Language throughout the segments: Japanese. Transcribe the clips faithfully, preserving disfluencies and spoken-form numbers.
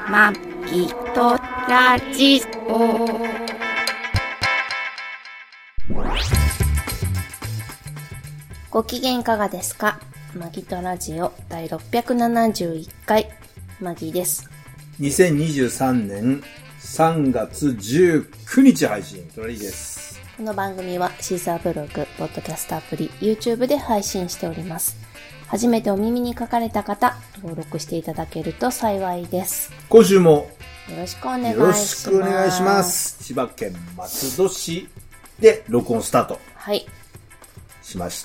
まきとラジオ。ご機嫌いかがですか？マギとラジオだいろっぴゃくななじゅういっかい、マギです。 にせんにじゅうさんねんさんがつじゅうくにち配信、トラリーです。 この番組はシーサーブログ、ポッドキャストアプリ、YouTube で配信しております。初めてお耳に書かれた方、登録していただけると幸いです。 今週もよろしくお願いします。 よろしくお願いします。千葉県松戸市で録音スタート。 はい。 しました。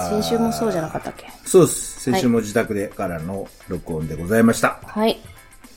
先週もそうじゃなかったっけ？ そうです。先週も自宅でからの録音でございました。 はい。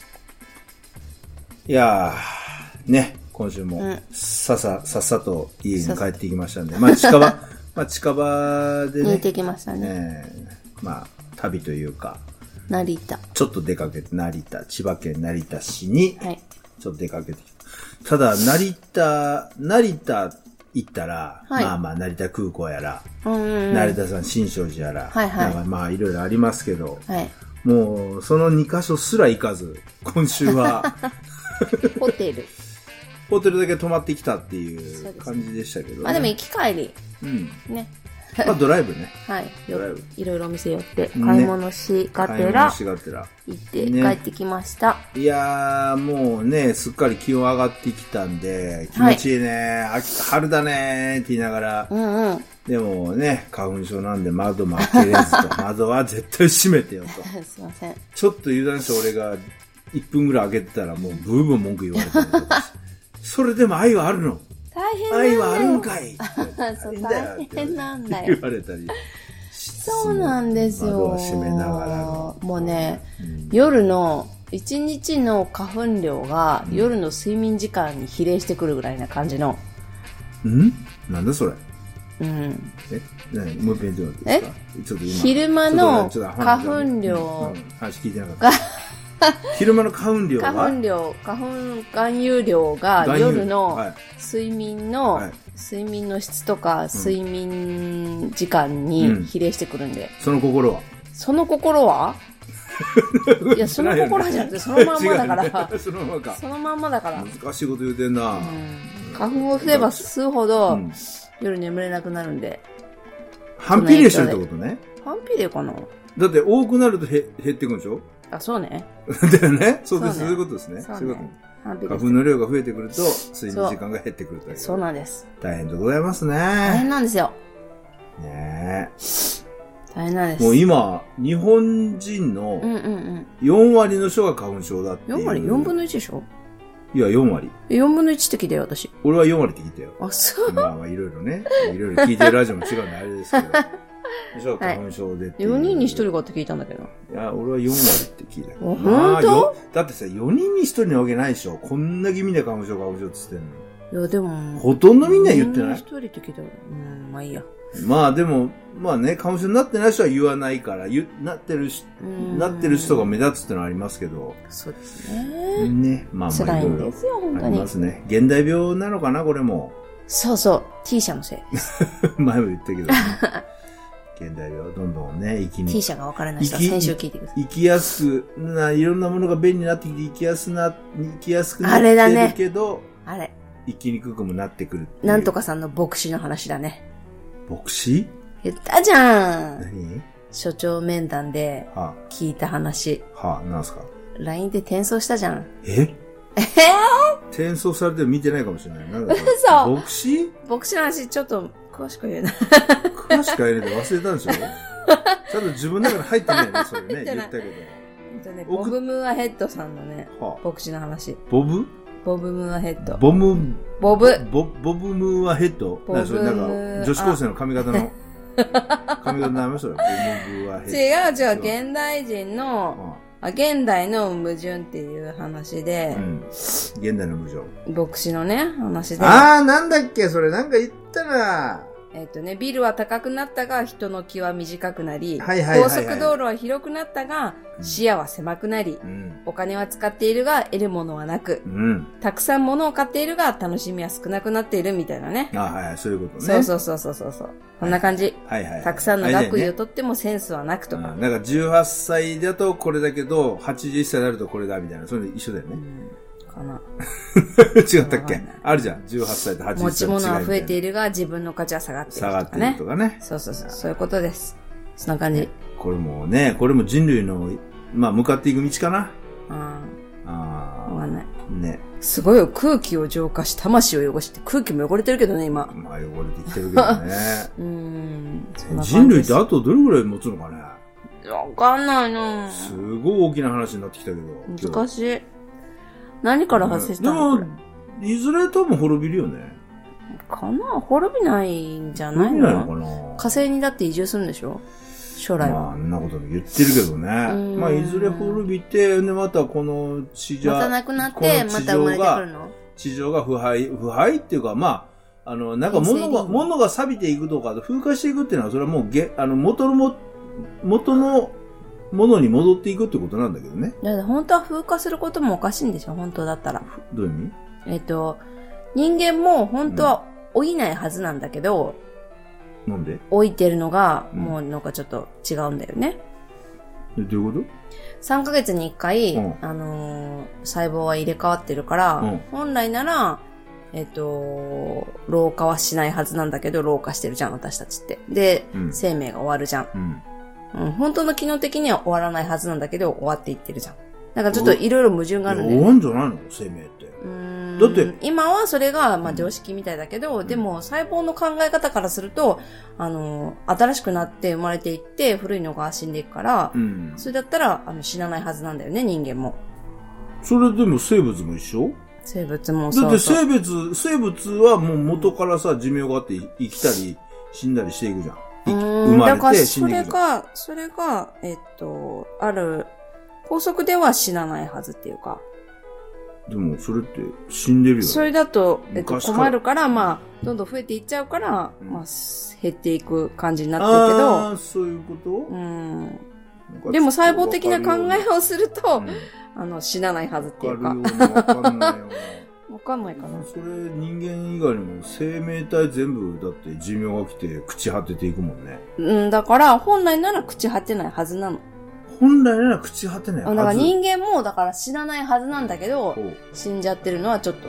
いやー、ね、今週もささ、さっさと家に帰ってきましたんで、まあ近場、まあ近場でね。 見えてきましたね。 ねまあ、旅というか、 成田。 ちょっと出かけて、成田、千葉県成田市に、 はい。 ちょっと出かけてきた。ただ、成田、成田行ったら、はい、まあまあ、成田空港やら、 うんうんうん、 成田山新勝寺やら、 はいはい、 なんかまあ、いろいろありますけど、 はい、 もう、そのにカ所すら行かず、今週は、 ホテル。 ホテルだけ泊まってきたっていう感じでしたけど、ね。 あ、でも行き帰り。 うん。 ね。 まあドライブね。 はい。 ドライブ。 いろいろお店寄って、買い物しがてら、 ね、買い物しがてら。 行って帰ってきました。 ね、いやー、もうね、すっかり気温上がってきたんで、気持ちいいね、はい、秋春だねーって言いながら、 うんうん、 でもね、花粉症なんで窓も開けれずと、窓は絶対閉めてよと。 すいません。 ちょっと油断して俺がいっぷんぐらい開けてたらもうブーブー文句言われてるとか。それでも愛はあるの？ 大変なんだよ。 愛はあるんかいそう、大変なんだよ。 言われたり。 そうなんですよ。 窓は閉めながらの。 もうね、うん、夜の、一日の花粉量が夜の睡眠時間に比例してくるぐらいな感じの。 ん？なんだそれ？ うん。 え？何？もう一遍言ってもらっていいですか？え？ちょっと今。 昼間の花粉量。 話聞いてなかった。昼間の花粉量は花粉量、花粉含有量が夜の睡眠の、はい、睡眠の質とか睡眠時間に比例してくるんで。 うん、その心はその心はいや、その心はじゃなくてそのまんまだから。 ね、そのままか。 そのまんまだから。 難しいこと言うてんな。うん、 花粉を吸えば吸うほど、うん、夜眠れなくなるんで。 反比例してるってことね。 反比例かな。 だって多くなるとへ減ってくるんでしょ？ あ、そうね。 だよね。そうです。そういうことですね。そういうこと。花粉の量が増えてくると、睡眠時間が減ってくるという。 そうなんです。 大変でございますね。 大変なんですよ。 ねえ。 大変なんです。 もう今、日本人のよんわりの人が花粉症だっていう。 よんわり ?よんぶんのいちでしょ？ いや、よんわり。 よんぶんのいちって聞いたよ、私。 俺はよんわりって聞いたよ。 あ、そう。 まあまあ、いろいろね。いろいろ聞いてるラジオも違うんであれですけど。花粉症でっていう、 はい、よにんにひとりかって聞いたんだけど。 いや、俺はよんわりって聞いたけど。 本当？ だってさ、よにんにひとりなわけないでしょ。こんな気味で花粉症、花粉症って言ってんの。 いや、でも。 ほとんどみんな言ってない？よにんにひとりって聞いたよ。うん、まあいいや。 まあでも、まあね、花粉症になってない人は言わないから、言なってるし、なってる人が目立つってのはありますけど。 そうですね。 ね、まあまあ。 辛いんですよ、本当に。 ありますね。現代病なのかな、これも。 そうそう、T 社のせい。 前も言ったけどね。現代病どんどんね、生きに。 T 社が分からない人は先週聞いてください。 生きやすくな、いろんなものが便利になってきて、生きやすな、生きやすくなってるけど、 あれだね。あれ。 生きにくくもなってくるっていう。 なんとかさんの牧師の話だね。 牧師？ 言ったじゃん。 何？ 所長面談で聞いた話。 はあ、なんすか？ ライン で転送したじゃん。 え？えー、転送されてる見てないかもしれない。なんだろう。 嘘。 牧師？ 牧師の話ちょっと詳しく言うな。 詳しく言うの忘れたんでしょ？ちゃんと自分の中に入ってないね、それね。言ったけど。 ね、ボブ・ムーアヘッドさんのね、はあ、牧師の話。 ボブ？ ボブ・ムーアヘッド。 ボム、 ボブ。 ボ、ボブ・ムーアヘッド？ボブ。それなんか、女子高生の髪型の、髪型の名前それ。ボブ・ムーアヘッド。 違う違う、現代人の、あ、現代の矛盾っていう話で、うん、 現代の矛盾。 牧師のね、話で。 あー、なんだっけそれなんか言ったなえっとね、ビルは高くなったが、人の気は短くなり、 はいはいはいはい、 高速道路は広くなったが、視野は狭くなり、 うん、 お金は使っているが、得るものはなく、うん、たくさん物を買っているが、楽しみは少なくなっているみたいなね。 あはい、そういうことね。 そうそうそうそうそう。こんな感じ。 はいはいはい。 たくさんの学位を取ってもセンスはなくとか。 うん、なんかじゅうはっさいだとこれだけど、はちじゅっさいになるとこれだみたいな、それ一緒だよね。うんかな違ったっけあるじゃん。じゅうはっさいとはちじゅっさいの違いみたいな。 持ち物は増えているが、自分の価値は下がっているとかね。 下がっているとかね。 そうそうそう。そういうことです。そんな感じ。 これもね、これも人類の、まあ、向かっていく道かな。 うん。ああ。 わかんない。 ね。 すごいよ。空気を浄化し、魂を汚して、空気も汚れてるけどね、今。 まあ、汚れてきてるけどね。 うーん。 人類ってあとどれぐらい持つのかね。 わかんないな。 すごい大きな話になってきたけど。 難しい。何から発生したの？ でも、いずれ多分滅びるよね。 かな？滅びないんじゃないの？滅びないのかな？火星にだって移住するんでしょ？将来は。 まあ、あんなこと言ってるけどね。まあ、いずれ滅びて、で、またこの地上、 またなくなって、また生まれてくるの？ 地上が腐敗、腐敗っていうか、まあ、あの、なんか物が、物が錆びていくとか、風化していくっていうのは、それはもう、げ、あの、元のも、元の、ものに戻っていくってことなんだけどね。 だって本当は風化することもおかしいんでしょ本当だったら。 どういう意味？ えっと、人間も本当は老いないはずなんだけど、 うん、なんで？ 老いてるのが、もうなんかちょっと違うんだよね。 うん、どういうこと？ さんかげつにいっかい、 うん、 あのー、細胞は入れ替わってるから、うん、本来なら、えっと、老化はしないはずなんだけど、老化してるじゃん、私たちって。で、うん、生命が終わるじゃん。うんうん、本当の機能的には終わらないはずなんだけど、終わっていってるじゃん。だからちょっといろいろ矛盾があるんだよね。 終わんじゃないの生命って。 うーんだって、今はそれが、まあ常識みたいだけど、うん、でも細胞の考え方からすると、あの、新しくなって生まれていって、古いのが死んでいくから、うん、それだったら、あの、死なないはずなんだよね、人間も。 それでも生物も一緒？ 生物もそうそう。 だって生物、生物はもう元からさ、寿命があって生きたり、死んだりしていくじゃん。生まれて死んでいく。 だから、それが、それが、えっと、ある、高速では死なないはずっていうか。 でも、それって死んでるよね。 それだと、えっと、困るから、まあ、どんどん増えていっちゃうから、うん、まあ、減っていく感じになってるけど。 ああ、そういうこと？うん。 でも、細胞的な考えをすると、うん、あの、死なないはずっていうか。 わかんないよね。 わかんないかな。 それ人間以外にも生命体全部だって寿命が来て朽ち果てていくもんね。 うん、だから本来なら朽ち果てないはずなの。 本来なら朽ち果てないはず。 だから人間もだから死なないはずなんだけど、死んじゃってるのはちょっと、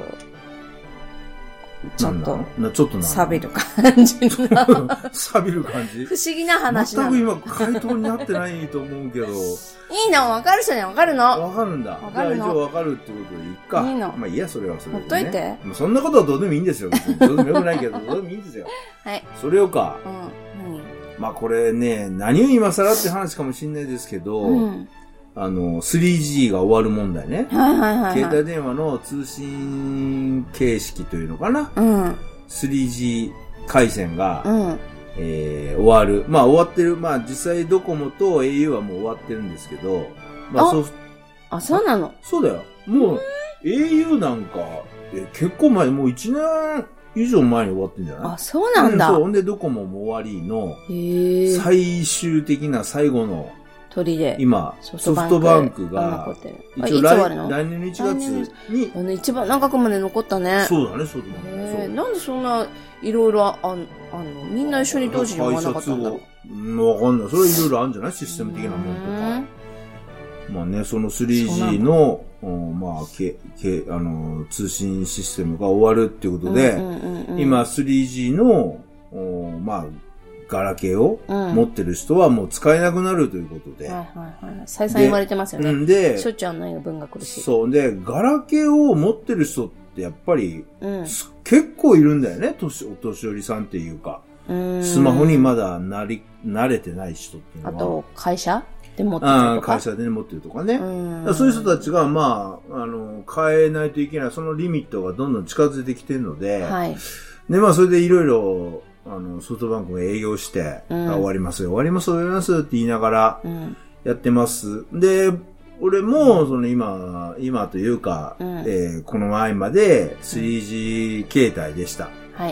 ちょっと、 なちょっとな錆びる感じな。 錆びる感じ不思議な話なの。 全く今回答になってないと思うけど。 いいの分かる人には分かるの。 分かるんだ。分かるの。じゃあ一応分かるってことでいいか。 いいの。 まあいいや、それはそれで、ね。 ほっといて。 もうそんなことはどうでもいいんですよ。どうでもよくないけど、どうでもいいんですよ。 はい。 それをか。 うん。何？ まあこれね、何を今更って話かもしれないですけど、うん、あの、スリージー が終わる問題ね。 はいはいはい、はい。 携帯電話の通信形式というのかな。 うん。 スリージー 回線が、うんえー、終わる。まあ終わってる。まあ実際ドコモと エーユー はもう終わってるんですけど。まあそう。 あ、そうなの？ そうだよ。もう エーユー なんか、え結構前、もういちねん以上前に終わってんじゃない？ あ、そうなんだ。 うん、そう。ほんでドコモも終わりの、最終的な最後の、 鳥で。 今、ソフトバンクが、 一応来、来年のいちがつに。 あの、一番長くまで残ったね。 そうだね、そうだね。 なんでそんな、いろいろ、あ、あの、みんな一緒に同時に終わらなかったんだろう。 うん、わかんない。それはいろいろあるんじゃない？システム的なものとか。まあね、その スリージー の、まあ、け、け、あの、通信システムが終わるっていうことで、今 スリージー の、まあ、ガラケーを持ってる人はもう使えなくなるということで。 はいはいはい。再三言われてますよね。で、しょっちゅうあんな文が来るし。 そう。で、ガラケーを持ってる人ってやっぱり、うん、結構いるんだよね。年、お年寄りさんっていうか。スマホにまだなり、慣れてない人っていうのは。 あと、会社で持ってるとか。 あ会社で、ね、持ってるとかね。うそういう人たちが、まあ、あの、変えないといけない。そのリミットがどんどん近づいてきてるので。はい。で、まあ、それでいろいろ、あの、ソフトバンクが営業して、うん、終わりますよ、終わります、終わりますって言いながら、やってます。うん、で、俺も、その今、今というか、うん、えー、この前まで スリージー 携帯でした。 はい。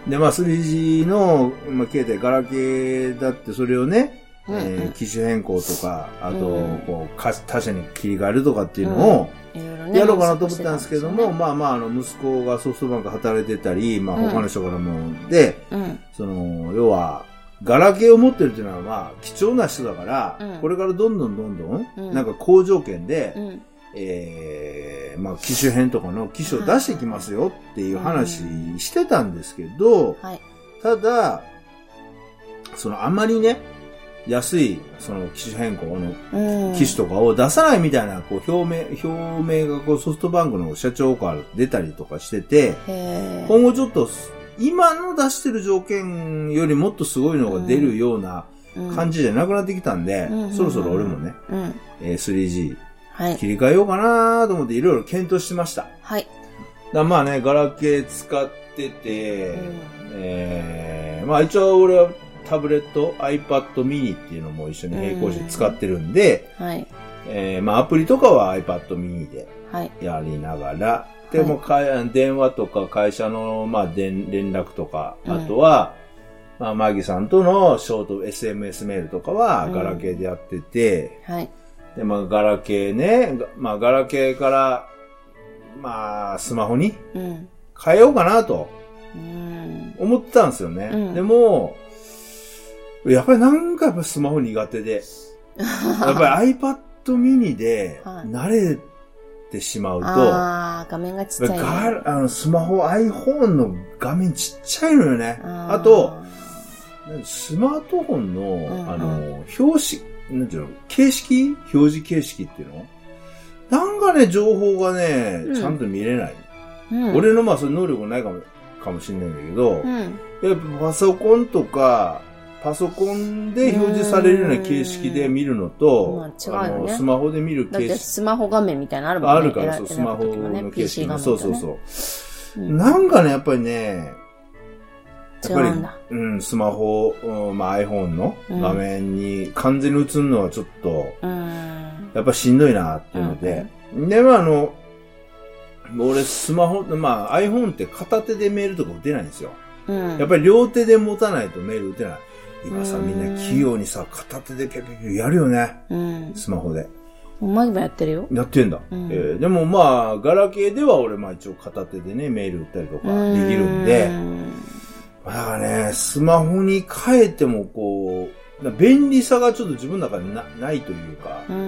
で、まあ スリージー の、まあ、携帯、ガラケーだってそれをね、うんうん、えー、機種変更とか、あと、うん、こう、他社に切り替えるとかっていうのを、やろうかなと思ったんですけども、うんね、まあまあ、あの、息子がソフトバンク働いてたり、まあ他の人からも、で、うん、その、要は、ガラケーを持ってるっていうのは、まあ、貴重な人だから、うん、これからどんどんどんどん、うん、なんか好条件で、うん、えー、まあ、機種変とかの機種を出してきますよっていう話してたんですけど、はい、ただ、そのあんまりね、安い、その機種変更の機種とかを出さないみたいな、こう、表明、表明がこうソフトバンクの社長から出たりとかしてて、今後ちょっと、今の出してる条件よりもっとすごいのが出るような感じじゃなくなってきたんで、うん、そろそろ俺もね、うん、えー、スリージー、はい、切り替えようかなと思っていろいろ検討してました。 はい。 だまあね、ガラケー使ってて、うん、えー、まあ一応俺はタブレット、iPad mini っていうのも一緒に並行して使ってるんで、うん、はい。えー、まあアプリとかは iPad mini でやりながら、はい、でもか、電話とか会社の、まあ、連絡とか、あとは、うん、まあ、マギさんとのショート エスエムエス メールとかは、ガラケーでやってて、うん、はい。で、まあ、ガラケーね、まあ、ガラケーから、まあ、スマホに変えようかなと、思ってたんですよね。うん、でも、やっぱりなんかやっぱスマホ苦手で、やっぱり iPad mini で慣れてしまうと、 ああ、画面がちっちゃい、ね。 あのスマホ iPhone の画面ちっちゃいのよね。あ, あと、スマートフォンの、うんうん、あの、表紙、なんていうの、形式表示形式っていうのなんかね、情報がね、うん、ちゃんと見れない。うん、俺のまあ、その能力ないかも、かもしれないんだけど、うん、やっぱパソコンとか、パソコンで表示されるような形式で見るのと、まあ違うよね、あのスマホで見る形式。 だってスマホ画面みたいなのあるもんね。 あるからそう、スマホの形式、ね。そうそうそう、うん。なんかね、やっぱりね、やっぱり、うん、スマホ、うん、まあ iPhone の画面に完全に映るのはちょっと、うん、やっぱしんどいなっていうので、うん、で、まああの、俺スマホ、まあ iPhone って片手でメールとか打てないんですよ。うん、やっぱり両手で持たないとメール打てない。今さ、みんな器用にさ、片手でピャピャピャやるよね。うん、スマホで。 お前もやってるよ。 やってんだ。うん、えー、でもまあ、ガラケーでは俺まあ一応片手でね、メール打ったりとかできるんで、んだからね、スマホに変えてもこう、便利さがちょっと自分の中に な, ないというか、うん、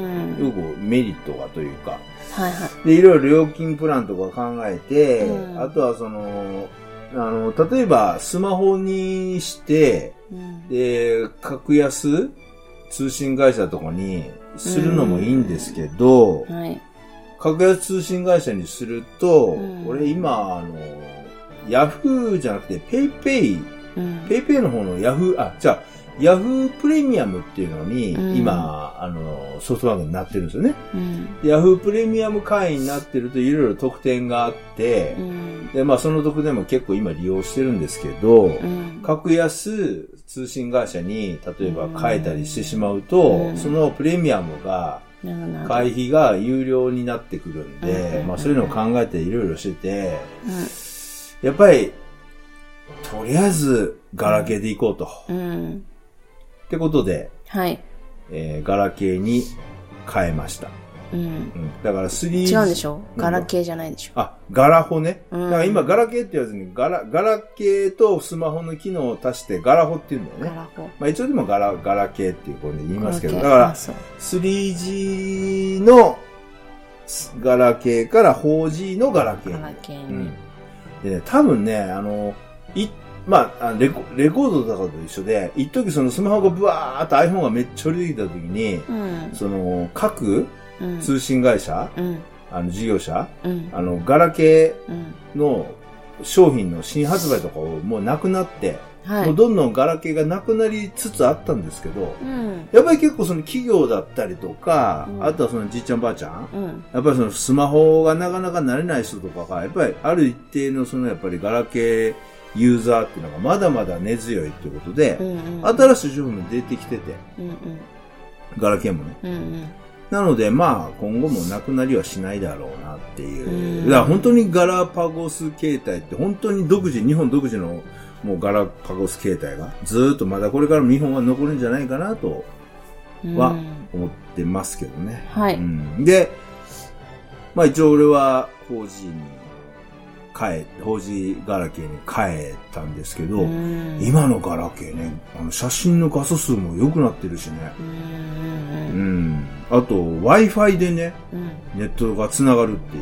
よくメリットがというか、はいはい。で、いろいろ料金プランとか考えて、うん、あとはその、あの、例えばスマホにして、うん、で、格安通信会社とかにするのもいいんですけど、うんはい、格安通信会社にすると、うん、俺今、あの、ヤフーじゃなくてペイペイ、うん、ペイペイの方のヤフー、あ、じゃあ、ヤフープレミアムっていうのに、うん、今、あの、ソフトバンクになってるんですよね。うん、ヤフープレミアム会員になってるといろいろ特典があって、うん、で、まあその特典も結構今利用してるんですけど、うん、格安通信会社に例えば変えたりしてしまうと、うん、そのプレミアムが、会費が有料になってくるんで、うん、まあそういうのを考えていろいろしてて、うん、やっぱり、とりあえずガラケーで行こうと。うんってことで、はい。えー、ガラケーに変えました。うん。うん、だから スリージー。 違うんでしょ？ガラケーじゃないでしょ？ あ、ガラホね。うん、だから今ガラケーって言わずにガラ、ガラケーとスマホの機能を足してガラホって言うんだよね。ガラホ。まあ一応でもガラ、ガラケーっていうこれで言いますけど、だから スリージー のガラケーから フォージー のガラケー。ガラケー、うん。でね、多分ね、あの、いまあ、レコ、レコードとかと一緒で、一時そのスマホがブワーっと iPhone がめっちゃ売れてきた時に、うん、その、各通信会社、うん、あの、事業者、うん、あの、ガラケーの商品の新発売とかをもうなくなって、はい、もうどんどんガラケーがなくなりつつあったんですけど、うん、やっぱり結構その企業だったりとか、うん、あとはそのじいちゃんばあちゃん、うん、やっぱりそのスマホがなかなか慣れない人とかが、やっぱりある一定のそのやっぱりガラケー、ユーザーっていうのがまだまだ根強いということで、うんうん、新しい商品も出てきてて、うんうん、ガラケーもね、うんうん。なのでまあ今後もなくなりはしないだろうなっていう。うん、だから本当にガラパゴス携帯って本当に独自、日本独自のもうガラパゴス携帯がずーっとまだこれからも日本は残るんじゃないかなとは思ってますけどね。 はい、 うん。で、まあ一応俺は フォージー に変え、フォージー ガラケーに変えたんですけど、今のガラケーね、あの写真の画素数も良くなってるしね。うん。あと Wi-Fi でね、うん、ネットが繋がるっていう。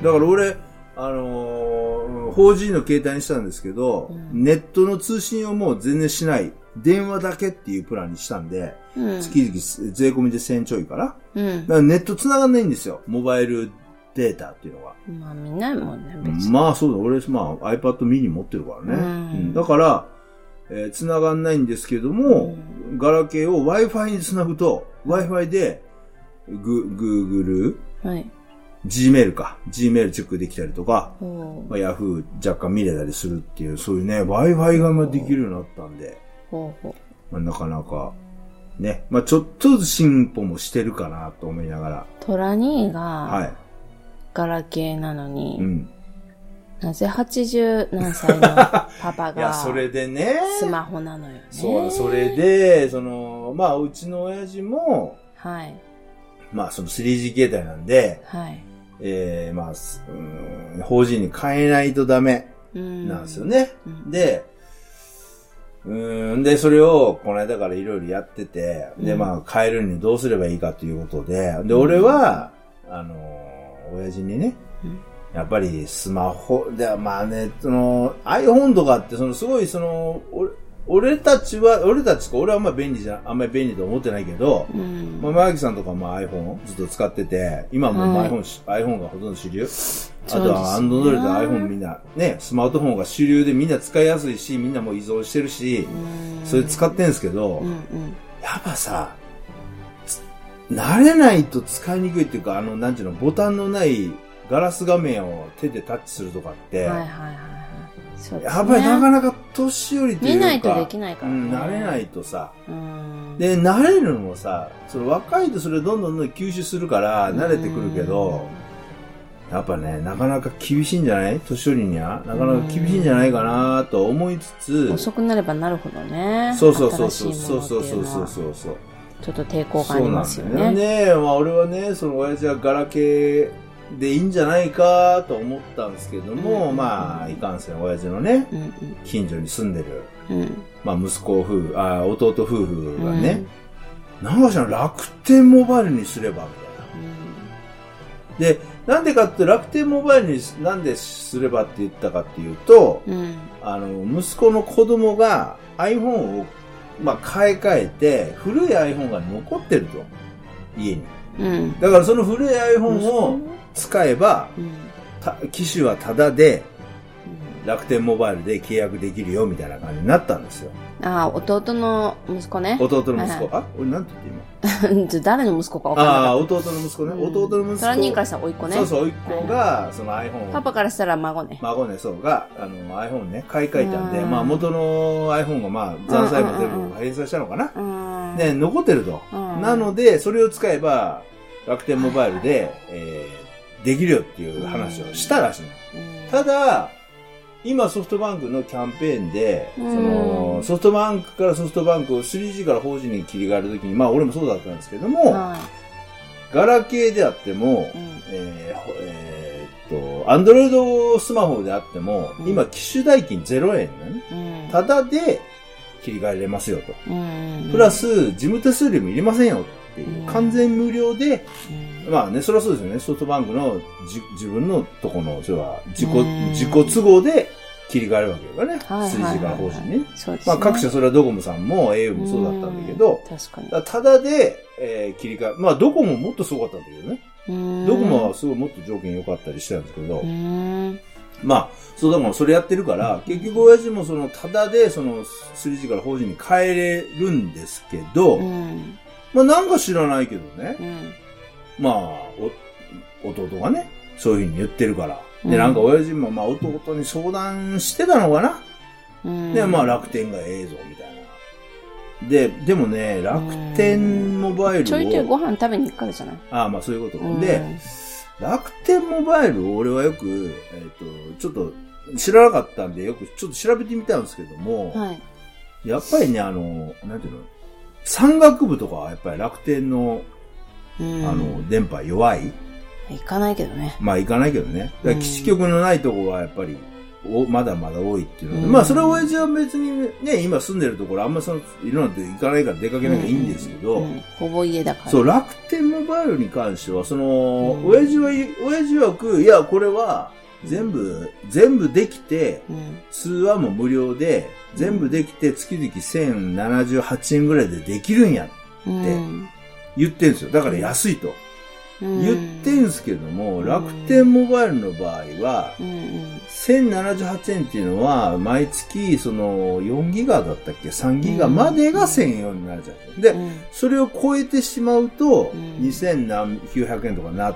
だから俺、あのー、フォージー の携帯にしたんですけど、うん、ネットの通信をもう全然しない、電話だけっていうプランにしたんで、うん、月々税込みでせんちょいから、うん、だからネット繋がんないんですよ。モバイルデータっていうのが。 まあ見ないもんね、別に。 まあそうだ、俺、まあ iPad mini 持ってるからね。うんうん、だから、えー、繋がんないんですけども、うん、ガラケーを Wi-Fi に繋ぐと、Wi-Fi で、グ、Google、はい、Gmail か。Gmail チェックできたりとか、まあ、Yahoo 若干見れたりするっていう、そういうね、Wi-Fi ができるようになったんで、ほうほうまあ、なかなか、ね、まあちょっとずつ進歩もしてるかなと思いながら。 トラ兄が、はい。ガラケーなのに、うん、なぜはちじゅうなんさいのパパが、いや、 それでね、 スマホなのよね。 そう、それで、その、まあ、うちの親父も、はい。まあ、その スリージー 携帯なんで、はい。えー、まあ、うん、フォージー に変えないとダメなんですよね。うん、で、うん、で、それを、この間からいろいろやってて、で、まあ、変えるにどうすればいいかということで、で、俺は、あの、親父にね、やっぱりスマホで、まあね、その iPhone とかってそのすごいその俺、俺たちは、俺たちか、俺はあんま便利じゃ、あんまり便利と思ってないけど、うん、まあ、マーキさんとかも iPhone ずっと使ってて、今も iPhone、はい、iPhone がほとんど主流。あとは Android と iPhone みんな、ね、スマートフォンが主流でみんな使いやすいし、みんなも依存してるし、それ使ってんすけど、うんうん、やっぱさ、慣れないと使いにくいっていうか、あの、なんていうの、ボタンのないガラス画面を手でタッチするとかって、はいはいはいはい。そうですね。やっぱりなかなか年寄りっていうか、 見ないとできないから、ね。 うん、慣れないとさ。うんで、慣れるのもさ、その若いとそれどんどんどん吸収するから慣れてくるけど、やっぱね、なかなか厳しいんじゃない年寄りには。なかなか厳しいんじゃないかなと思いつつ。 遅くなればなるほどね。 そうそうそうそう。そうそうそうそうそうそう。 ちょっと抵抗がありますよね。 そうなんだよね。まあ俺はね、その親父はガラケーでいいんじゃないかと思ったんですけども、うん、まあ、いかんせん親父のね、うん、近所に住んでる、うん、まあ息子夫婦、あ弟夫婦がね、うん、なんかしら楽天モバイルにすれば、みたいな、うん。で、なんでかって楽天モバイルになんですればって言ったかっていうと、うん、あの、息子の子供が iPhone をまあ、買い替えて、古い iPhone が残ってると。家に。うん。だからその古い iPhone を使えば、うん、機種はタダで、楽天モバイルで契約できるよ、みたいな感じになったんですよ。 ああ、弟の息子ね。 弟の息子。はいはい、あ、俺なんて言って今誰の息子か分からなかった。 ああ、弟の息子ね。うん、弟の息子。 さんにんからしたら甥っ子ね。 そうそう、甥っ子が、その iPhone。 パパからしたら孫ね。 孫ね、そうが、あの iPhone ね、買い替えたんで、まあ元の iPhone がまあ残債も全部返済したのかな。で、残ってると。なので、それを使えば、楽天モバイルで、えー、できるよっていう話をしたらしいの。ただ、今ソフトバンクのキャンペーンで、その、ソフトバンクからソフトバンクを スリージー から フォージー に切り替えるときに、まあ俺もそうだったんですけども、はい、ガラケーであっても、うん、えー、えー、っと、アンドロイドスマホであっても、うん、今機種代金ゼロえんね、うん。ただで切り替えれますよと。うん、プラス、事務手数料もいりませんよっていう、うん、完全無料で、うん、まあね、それはそうですよね。ソフトバンクのじ自分のとこの、それは自己、自己都合で切り替えるわけだからね。はいはいはいはい、スリージー から フォージー にね。そうですね。まあ各社それはドコモさんも エーユー もそうだったんだけど、確かに。だただで、えー、切り替え、まあドコモもっとすごかったんだけどね。ドコモはすごいもっと条件良かったりしてたんですけど、まあ、そうだもん、それやってるから、結局親父もその、ただでその スリージー から フォージー に変えれるんですけど、うんまあなんか知らないけどね。うん、まあお、弟がね、そういうふうに言ってるから。で、なんか親父もまあ弟に相談してたのかな。うん、で、まあ楽天がええぞ、みたいな。で、でもね、楽天モバイルを。 ちょいちょいご飯食べに行くからじゃない？ ああ、まあそういうこと。うん、で、楽天モバイルを俺はよく、えっと、ちょっと、 知らなかったんで、よくちょっと調べてみたんですけども、はい、やっぱりね、あの、なんていうの、山岳部とかはやっぱり楽天の、あの、電波弱い？ 行かないけどね。 まあ行かないけどね。だから基地局のないとこはやっぱり、おまだまだ多いっていうので、まあそれは親父は別にね、今住んでるところあんまその、いろんなとこ行かないから出かけなきゃいいんですけど、うんうんうん、 ほぼ家だから。 そう、楽天モバイルに関しては、その、うん、親父は、親父はく、いや、これは、全部、全部できて、うん、通話も無料で、全部できて月々せんななじゅうはちえんぐらいでできるんやって言ってんですよ。だから安いと。言ってんすけども、楽天モバイルの場合は、せんななじゅうはちえんっていうのは、毎月、その、よんギガだったっけ ?さんギガまでがせんよんひゃくえんになるじゃないですか。で、それを超えてしまうと、にせんきゅうひゃくえんとかなって、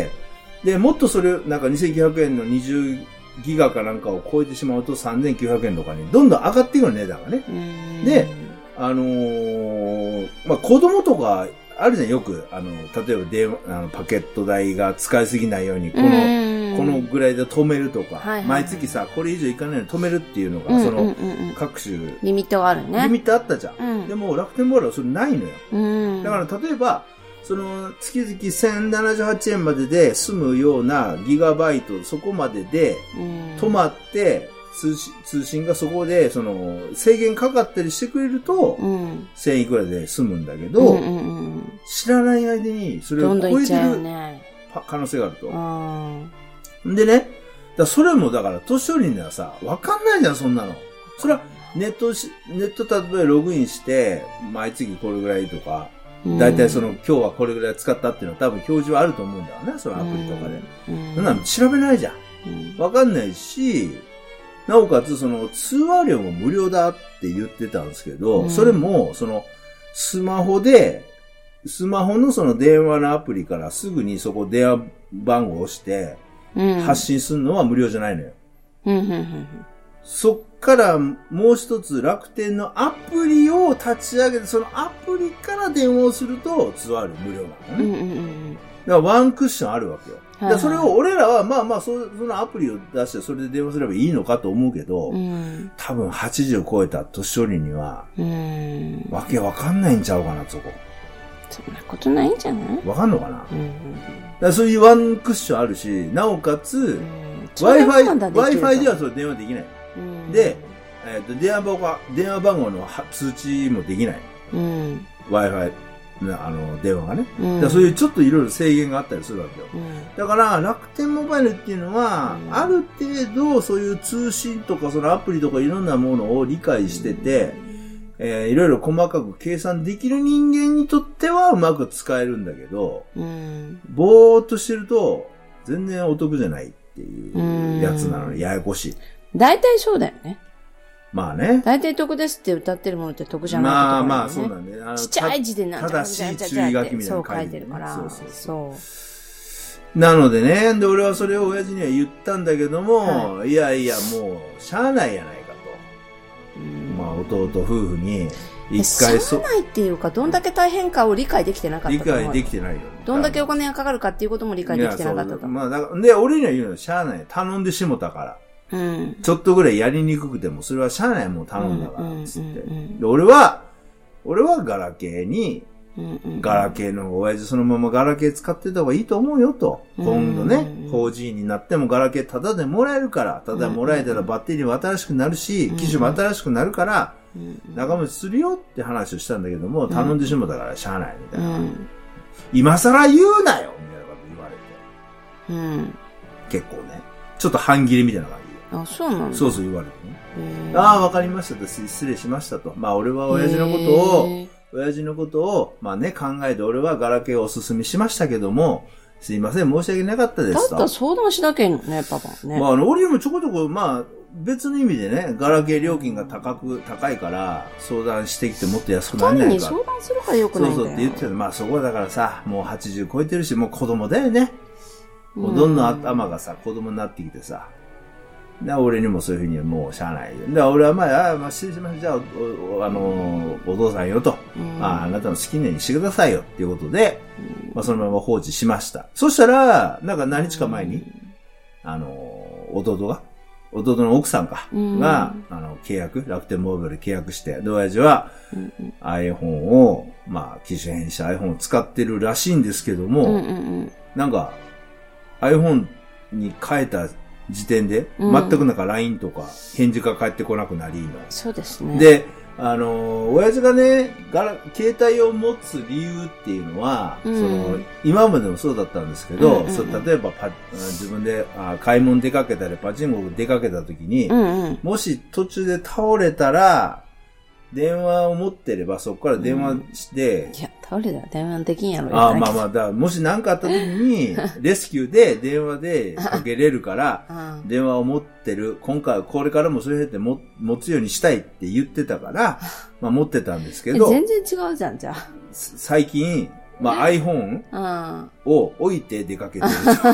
で、もっとそれ、なんかにせんきゅうひゃくえんのにじゅうギガかなんかを超えてしまうとさんぜんきゅうひゃくえんとかにどんどん上がっていくの値段がね。で、あのー、まあ、子供とか、あるじゃん、よく、あの、例えば電話、あの、パケット代が使いすぎないように、この、このぐらいで止めるとか、はいはいはい、毎月さ、これ以上いかないように止めるっていうのが、うんうんうんうん、その、各種、 リミットがあるね。 リミットあったじゃん。うん、でも、楽天モバイルはそれないのよ。うん、だから、例えば、その、月々せんななじゅうはちえんまでで済むようなギガバイト、そこまでで、止まって、通信、通信がそこで、その、制限かかったりしてくれると、うん、せんいくらで済むんだけど、うんうんうん、知らない間に、それを超えてる可能性があると。うん、でね、だそれもだから、年寄りにはさ、わかんないじゃん、そんなの。それは、ネットし、ネット例えばログインして、毎月これぐらいとか、だいたいその、今日はこれぐらい使ったっていうのは多分表示はあると思うんだよね、そのアプリとかで。うん、そんなの調べないじゃん。わかんないし、なおかつ、その、通話料も無料だって言ってたんですけど、うん、それも、その、スマホで、スマホのその電話のアプリからすぐにそこ電話番号を押して、発信するのは無料じゃないのよ。うんうんうん、そっからもう一つ楽天のアプリを立ち上げて、そのアプリから電話をすると通話料無料なのね。うんうんうん、だからワンクッションあるわけよ。だからそれを俺らはまあまあそのアプリを出してそれで電話すればいいのかと思うけど、うん、多分はちじゅう超えた年寄りには、うん、わけわかんないんちゃうかな、そこ。 そんなことないんじゃない？ わかんのかな、うんうん、だからそういうワンクッションあるし、なおかつ、うん、Wi-Fi、Wi-Fi ではそれ電話できない。うん、で、えっと、電話番号、電話番号の通知もできない。うん、Wi-Fi。あの、電話がね。うん、だそういうちょっといろいろ制限があったりするわけよ。うん、だから、楽天モバイルっていうのは、うん、ある程度そういう通信とかそのアプリとかいろんなものを理解してて、うん、えー、いろいろ細かく計算できる人間にとってはうまく使えるんだけど、うん、ぼーっとしてると全然お得じゃないっていうやつなのにややこしい。 大体そうだよね。 まあね。 大体得ですって歌ってるものって得じゃないことだよね。まあまあそうなんで、ね。 ちっちゃい字でなんちゃらちゃらちゃら注意書きみたいなの書いてる、ね。 そう書いてるから。そうそうそう。なのでね、で、俺はそれを親父には言ったんだけども、はい、いやいや、もう、しゃあないやないかと。まあ、弟夫婦に、一回そう。しゃあないっていうか、どんだけ大変かを理解できてなかったと思う。 理解できてないよ。 どんだけお金がかかるかっていうことも理解できてなかったと。 まあ、だから、で、俺には言うのはしゃあない。頼んでしもたから。うん、ちょっとぐらいやりにくくても、それはしゃあないもん頼んだから、つって。で、俺は、俺はガラケーに、ガラケーの親父そのままガラケー使ってた方がいいと思うよと。今度ね、フォージー になってもガラケータダでもらえるから、タダもらえたらバッテリーも新しくなるし、機種も新しくなるから、長持ちするよって話をしたんだけども、頼んでしもたからしゃあないみたいな。今更言うなよみたいなこと言われて。うん、結構ね、ちょっと半切れみたいな感じ。 あ、そうなんだ。 そうそう言われてね。ああ、わかりましたと、失礼しましたと。まあ俺は親父のことを、親父のことを、まあね、考えて俺はガラケーをお勧めしましたけども、すいません、申し訳なかったですと。 だったら相談しなきゃいいのね、パパね。 まあ、俺にもちょこちょこ、まあ、別の意味でね、ガラケー料金が高く、高いから、相談してきてもっと安くならないか。 二人に相談するからよくないんだよ。 そうそうって言ってた。まあそこだからさ、もうはちじゅう超えてるし、もう子供だよね。もうどんどん頭がさ、子供になってきてさ。で、俺にもそういうふうにはもうしゃあない。で、俺はまあ、あまあ、失礼しました。じゃあ、お、あの、お父さんよと。うん、ああなたの好きなようにしてくださいよっていうことで、うん、まあ、そのまま放置しました。そしたら、なんか何日か前に、うん、あの、弟が、 弟の奥さんか、うん、が、あの、契約、楽天モバイル契約して、で、親父は、うんうん、iPhone を、まあ、機種変した iPhone を使ってるらしいんですけども、うんうんうん、なんか、iPhone に変えた時点で、うん、全くなんか ライン とか返事が返ってこなくなりの。 そうですね。 で、あの、親父がね、ガラ、携帯を持つ理由っていうのは、うん、その、今までもそうだったんですけど、うんうんうん、そ例えばパ自分であ買い物出かけたり、パチンコ出かけた時に、うんうん、もし途中で倒れたら、電話を持ってれば、そこから電話して、 うん、いや、倒れたら電話できんやろ。 ああ、まあまあ、だもし何かあった時に、レスキューで電話でかけれるから、電話を持ってる、今回、これからもそうやっても持つようにしたいって言ってたから、まあ持ってたんですけど、 全然違うじゃん、じゃあ。 最近、まあ iPhone を置いて出かけてる。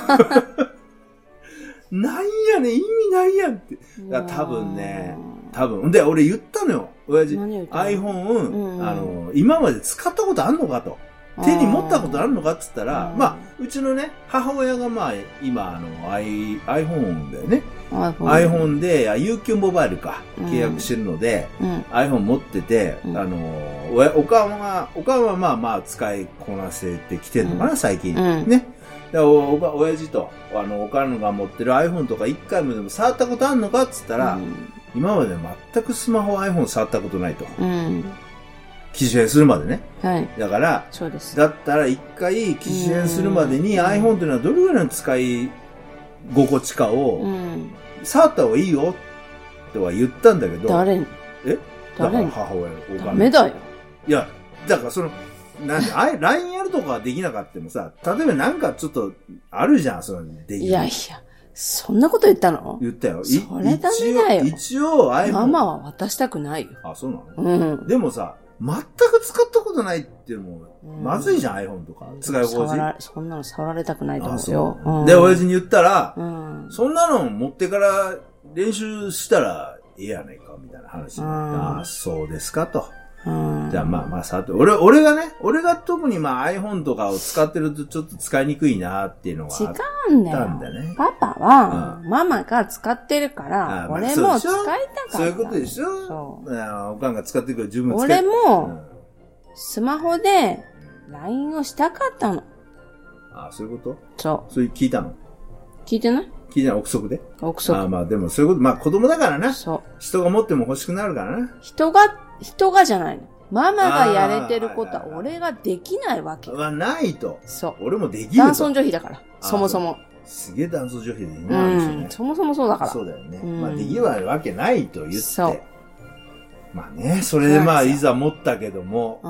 なんやねん、意味ないやんって。だ多分ね、多分。で、俺言ったのよ。親父、iPhone、うん、あの、今まで使ったことあんのかと。手に持ったことあるのかって言ったら、まあ、うちのね、母親がまあ、今、あの、I、iPhone だよね。iPhone で、ユーキュー モバイルか、契約してるので、うん、iPhone 持ってて、うん、あの、おかんは、おかんはまあまあ使いこなせてきてるのかな、最近。うん、ね。でお、お、親父と、あの、おかんが持ってる iPhone とか一回もでも触ったことあんのかって言ったら、うん、今まで全くスマホ iPhone 触ったことないと。うん、機種変するまでね。はい。だから、そうです。だったら一回機種変するまでに iPhone というのはどれぐらいの使い心地かを、触った方がいいよとは言ったんだけど。 誰に？ え？誰に？だから母親のおかん。 ダメだよ。 いや、だからその、なんで、あい、ライン やるとかはできなかったもさ、例えばなんかちょっと、あるじゃん、その、できる。 いやいや、そんなこと言ったの？ 言ったよ。 それダメだよ。 一応、iPhone。 ママは渡したくないよ。 あ、そうなの？うん。でもさ、全く使ったことないっていうのも、まずいじゃん、うん、iPhone とか。使い心地。 そんなの触られたくないと思うよ。 うん、で、親父に言ったら、うん、そんなの持ってから練習したらええやないか、みたいな話になって、うん、ああ、そうですか、と。うん、じゃあまあまあさて、俺、俺がね、俺が特にまあ iPhone とかを使ってるとちょっと使いにくいなっていうのがあったんだよ。違うんだよね。 パパは、うん、ママが使ってるから、俺も使いたかった。 そういうことでしょ？そう。おかんが使ってるから自分使って俺も、うん、スマホで ライン をしたかったの。 ああ、そういうこと？ そう。 それ聞いたの？ 聞いてない？ 聞いてない？憶測で？ 憶測。 ああ、まあでもそういうこと、まあ子供だからな。そう。人が持っても欲しくなるからな。 人が、人がじゃないの。ママがやれてることは俺ができないわけ。 はないと。 そう。 俺もできると。 男尊女卑だから。そもそも。 すげえ男尊女卑でいいな、うん、そもそもそうだから。 そうだよね。うん、まあできるわけないと言って。そう。まあね、それでまあいざ持ったけども、うん、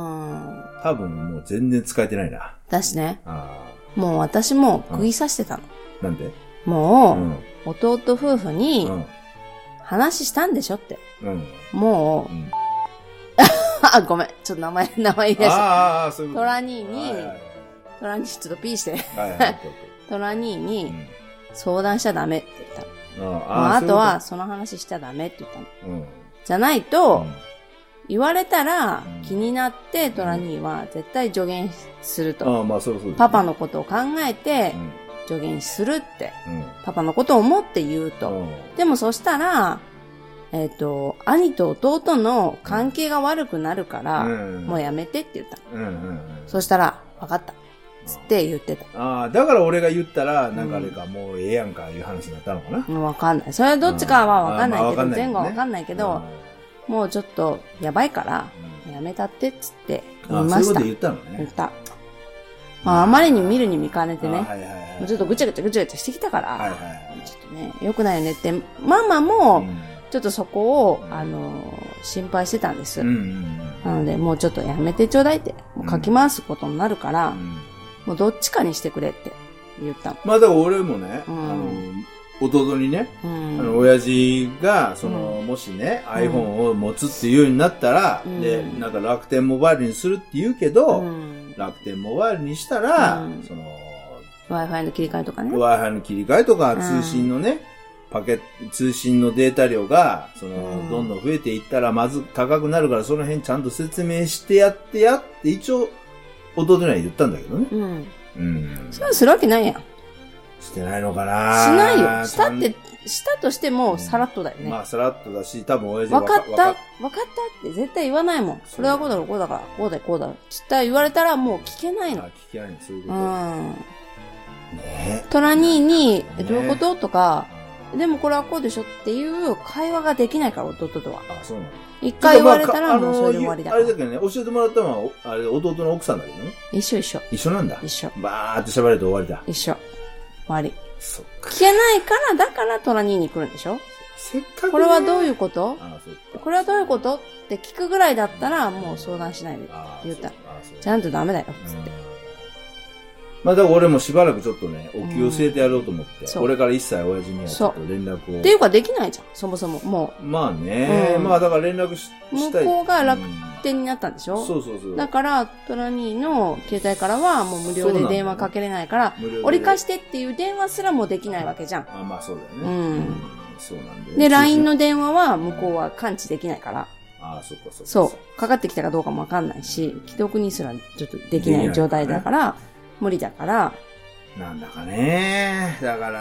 多分もう全然使えてないな。 だしね。あもう私も釘刺してたの。 うん、なんで？ もう、うん、弟夫婦に話したんでしょって。うん、もう、うん、あ、ごめん。ちょっと名前、名前言い出した。 ああ、そういうこと。 トラ兄に、はいはい、トラ兄ちょっとピーして。はいはい、トラ兄に相談しちゃダメって言ったの。あ, あ, あとはその話しちゃダメって言ったの。うん、じゃないと、うん、言われたら気になってトラ兄は絶対助言すると。 あまあそうそう、ね。 パパのことを考えて助言するって。うん、パパのことを思って言うと。うん、でもそしたら、えっと、兄と弟の関係が悪くなるから、うん、もうやめてって言った。うんうんうん、そしたら、分かった。つって言ってた。 ああ、だから俺が言ったら、なんかあれか、うん、もうええやんか、いう話になったのかな。 分かんない。それはどっちかは分かんないけど、前後は分かんないけど、うん、もうちょっと、やばいから、やめたってっつって言いました。あ、そういうこと言ったのね。 言った。まあ、あまりに見るに見かねてね、はいはいはい、もうちょっとぐちゃぐちゃぐちゃぐちゃしてきたから、はいはいはい、ちょっとね、良くないよねって、ママも、うんちょっとそこを、あのー、心配してたんです、うんうんうん。なので、もうちょっとやめてちょうだいって、もうかき回すことになるから、うん、もうどっちかにしてくれって言ったの。 まあだから俺もね、うん、あの、弟にね、うん、あの、親父が、その、うん、もしね、iPhone を持つっていうようになったら、うん、で、なんか楽天モバイルにするって言うけど、うん、楽天モバイルにしたら、うん、その、 Wi-Fi の切り替えとかね。 Wi-Fi の切り替えとか、通信のね、パケット、通信のデータ量が、その、うん、どんどん増えていったら、まず高くなるから、その辺ちゃんと説明してやってやって、一応、弟には言ったんだけどね。うん。 うん。それはするわけないやん。 してないのかなしないよ。したって、 したとしても、さらっとだよね。うん、 まあ、さらっとだし、多分親父は。わかったわかったって絶対言わないもん。これはこうだろ、こうだから、こうだよ、こうだよ。絶対言われたらもう聞けないの。 あ、聞けないの、そういうこと。 うん。ねトラ兄に、え、どういうこと、ね、とか、でもこれはこうでしょっていう会話ができないから、弟とは。 あ、そうなの。 一回言われたらもうそれで終わりだから。 あれだけどね、教えてもらったのは、あれ、弟の奥さんだけどね。 一緒一緒。 一緒なんだ。 一緒。 バーって喋られて終わりだ。 一緒。終わり。 そっか。 聞けないから、だからトラ兄に来るんでしょ。 せっかく、ね。 これはどういうこと？ ああ、そっか。 これはどういうことって聞くぐらいだったら、もう相談しないでって言ったら。ちゃんとダメだよ、つって。 まあだから俺もしばらくちょっとね、お気を据えてやろうと思って、うん、俺から一切親父にはちょっと連絡を。 っていうかできないじゃん、そもそも。もう。まあね、うん、まあだから連絡ししたい。 向こうが楽天になったんでしょ、うん、 そうそうそう。 だから、トラ兄の携帯からはもう無料で電話かけれないから、折り返してっていう電話すらもできないわけじゃん。 あ、まあそうだよね。 うん。 うん、そうなんで。 で、ライン の電話は向こうは感知できないから。 ああ、そっかそっか。 そう。かかってきたかどうかもわかんないし、既読にすらちょっとできない状態だから、無理だから、 なんだかね。だから、